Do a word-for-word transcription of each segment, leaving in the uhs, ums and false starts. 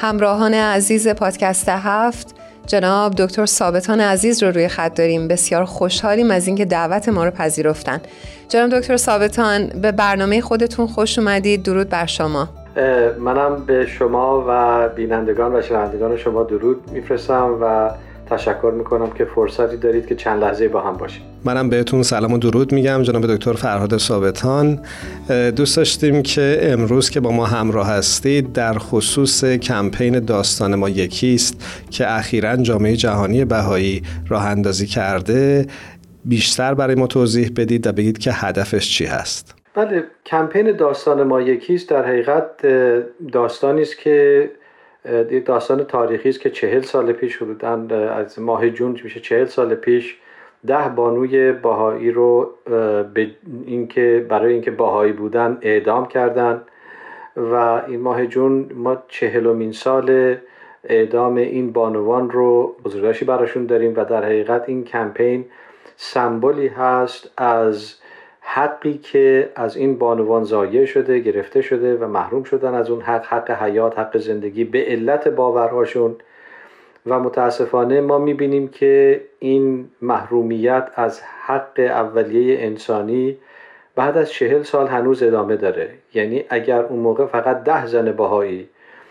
همراهان عزیز پادکست هفت، جناب دکتر ثابتان عزیز رو روی خط داریم. بسیار خوشحالیم از اینکه دعوت ما رو پذیرفتن. جناب دکتر ثابتان، به برنامه خودتون خوش اومدید. درود بر شما. منم به شما و بینندگان و شنوندگان شما درود میفرستم و تشکر میکنم که فرصتی دارید که چند لحظه با هم باشیم. منم بهتون سلام و درود میگم جناب دکتر فرهاد ثابتان. دوست داشتیم که امروز که با ما همراه هستید در خصوص کمپین داستان ما یکیست که اخیراً جامعه جهانی بهایی راه اندازی کرده بیشتر برای ما توضیح بدید و بگید که هدفش چی هست. بله، کمپین داستان ما یکیست در حقیقت داستانی است که داستان تاریخی است که چهل سال پیش حدوداً از ماه جون میشه چهل سال پیش ده بانوی بهایی رو به اینکه برای اینکه بهایی بودن اعدام کردن و این ماه جون ما چهلمین سال اعدام این بانوان رو بزرگداشتی براشون داریم و در حقیقت این کمپین سمبولی هست از حقی که از این بانوان ضایع شده، گرفته شده و محروم شدن از اون حق، حق حیات، حق زندگی به علت باورهاشون. و متاسفانه ما میبینیم که این محرومیت از حق اولیه انسانی بعد از چهل سال هنوز ادامه داره. یعنی اگر اون موقع فقط ده زن بهایی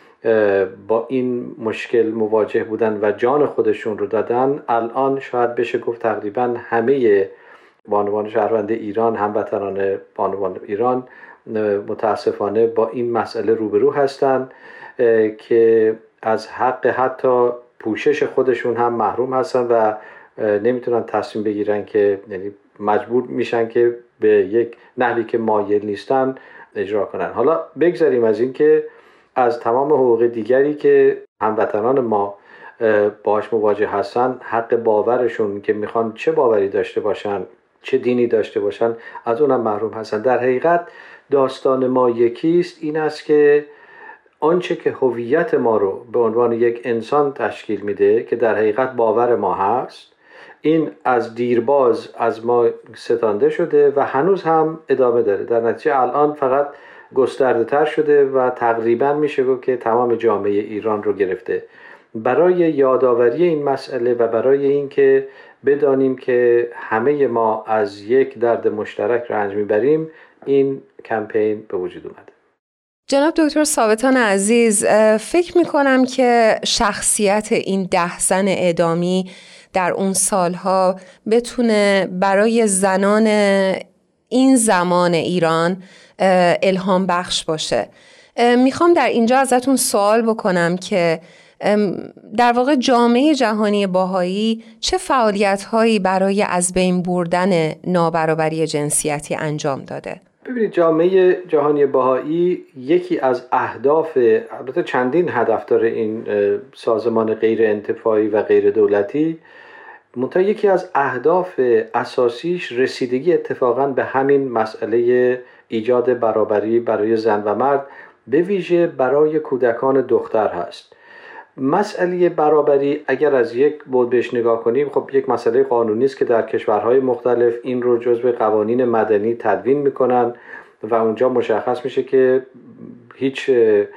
با این مشکل مواجه بودن و جان خودشون رو دادن، الان شاید بشه گفت تقریبا همه بانوان شهروند ایران، هموطنان بانوان ایران متاسفانه با این مسئله روبرو هستن که از حق حتی پوشش خودشون هم محروم هستن و نمیتونن تصمیم بگیرن که یعنی مجبور میشن که به یک نحوی که مایل نیستن اجرا کنن. حالا بگذاریم از این که از تمام حقوق دیگری که هموطنان ما باهاش مواجه هستن، حق باورشون که میخوان چه باوری داشته باشن، چه دینی داشته باشن، از اونم محروم هستن. در حقیقت داستان ما یکیست، این است که آنچه که هویت ما رو به عنوان یک انسان تشکیل میده که در حقیقت باور ما هست، این از دیرباز از ما ستانده شده و هنوز هم ادامه داره. در نتیجه الان فقط گسترده تر شده و تقریبا میشه گفت که تمام جامعه ایران رو گرفته. برای یادآوری این مسئله و برای اینکه بدانیم که همه ما از یک درد مشترک رنج میبریم، این کمپین به وجود اومده. جناب دکتر ثابتان عزیز، فکر میکنم که شخصیت این ده زن اعدامی در اون سالها بتونه برای زنان این زمان ایران الهام بخش باشه. میخوام در اینجا ازتون سوال بکنم که در واقع جامعه جهانی بهایی چه فعالیت‌هایی برای از بین بردن نابرابری جنسیتی انجام داده؟ ببینید، جامعه جهانی بهایی یکی از اهداف، البته چندین هدف داره این سازمان غیر انتفاعی و غیر دولتی، منتها یکی از اهداف اساسیش رسیدگی اتفاقاً به همین مسئله ایجاد برابری برای زن و مرد، به ویژه برای کودکان دختر هست. مسئله برابری اگر از یک بعد بهش نگاه کنیم، خب یک مسئله قانونی است که در کشورهای مختلف این رو جزو قوانین مدنی تدوین میکنن و اونجا مشخص میشه که هیچ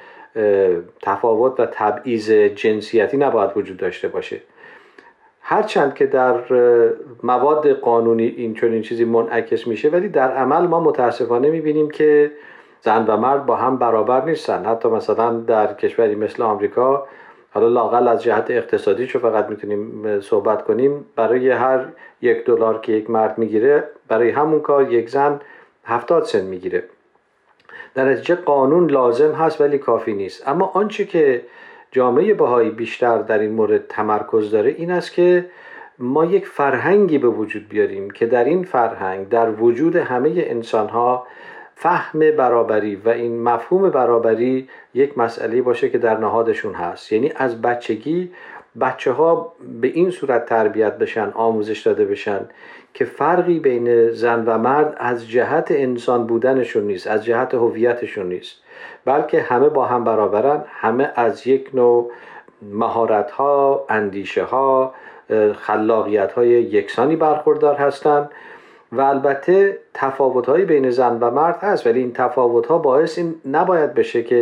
تفاوت و تبعیض جنسیتی نباید وجود داشته باشه. هرچند که در مواد قانونی این چنین چیزی منعکس میشه، ولی در عمل ما متاسفانه میبینیم که زن و مرد با هم برابر نیستن. حتی مثلا در کشوری مثل آمریکا، حالا لااقل از جهت اقتصادی چون فقط میتونیم صحبت کنیم، برای هر یک دلار که یک مرد میگیره، برای همون کار یک زن هفتاد سنت میگیره. در نتیجه قانون لازم هست ولی کافی نیست. اما آنچه که جامعه بهایی بیشتر در این مورد تمرکز داره این است که ما یک فرهنگی به وجود بیاریم که در این فرهنگ، در وجود همه انسانها، فهم برابری و این مفهوم برابری یک مسئله باشه که در نهادشون هست. یعنی از بچگی بچه ها به این صورت تربیت بشن، آموزش داده بشن که فرقی بین زن و مرد از جهت انسان بودنشون نیست، از جهت هویتشون نیست، بلکه همه با هم برابرن، همه از یک نوع مهارت ها، اندیشه ها، خلاقیت های یکسانی برخوردار هستند. و البته تفاوت‌های بین زن و مرد هست، ولی این تفاوت‌ها باعث این نباید بشه که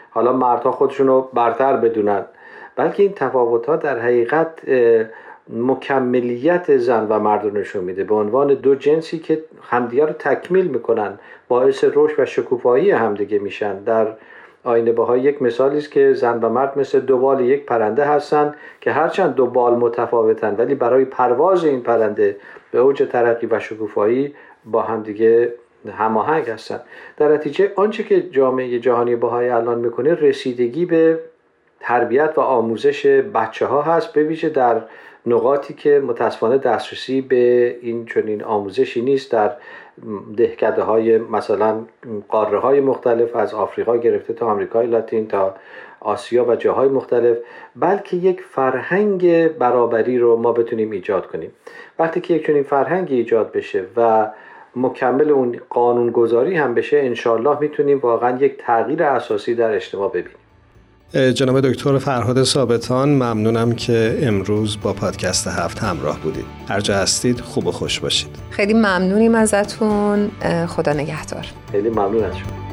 حالا مردها خودشون رو برتر بدونن، بلکه این تفاوت‌ها در حقیقت مکملیت زن و مرد رو نشون میده به عنوان دو جنسی که همدیگه رو تکمیل میکنن، باعث رشد و شکوفایی همدیگه میشن. در آیین بهایی یک مثالی است که زن و مرد مثل دو بال یک پرنده هستند که هرچند دو بال متفاوتن ولی برای پرواز این پرنده به اوج ترقی و شکوفایی با همدیگه هماهنگ هستند. در نتیجه آنچه که جامعه جهانی بهایی الان میکنه رسیدگی به تربیت و آموزش بچه ها هست، به ویژه در نقاطی که متاسفانه دسترسی به این چنین آموزشی نیست، در دهکده های مثلا قاره های مختلف از آفریقا گرفته تا آمریکای لاتین تا آسیا و جاهای مختلف، بلکه یک فرهنگ برابری رو ما بتونیم ایجاد کنیم. وقتی که یک چنین فرهنگی ایجاد بشه و مکمل اون قانونگذاری هم بشه، انشالله میتونیم واقعا یک تغییر اساسی در اجتماع ببینیم. جناب دکتر فرهاد ثابتان، ممنونم که امروز با پادکست هفت همراه بودید. هر جا هستید خوب و خوش باشید. خیلی ممنونیم ازتون. خدا نگهدار. خیلی ممنون از شما.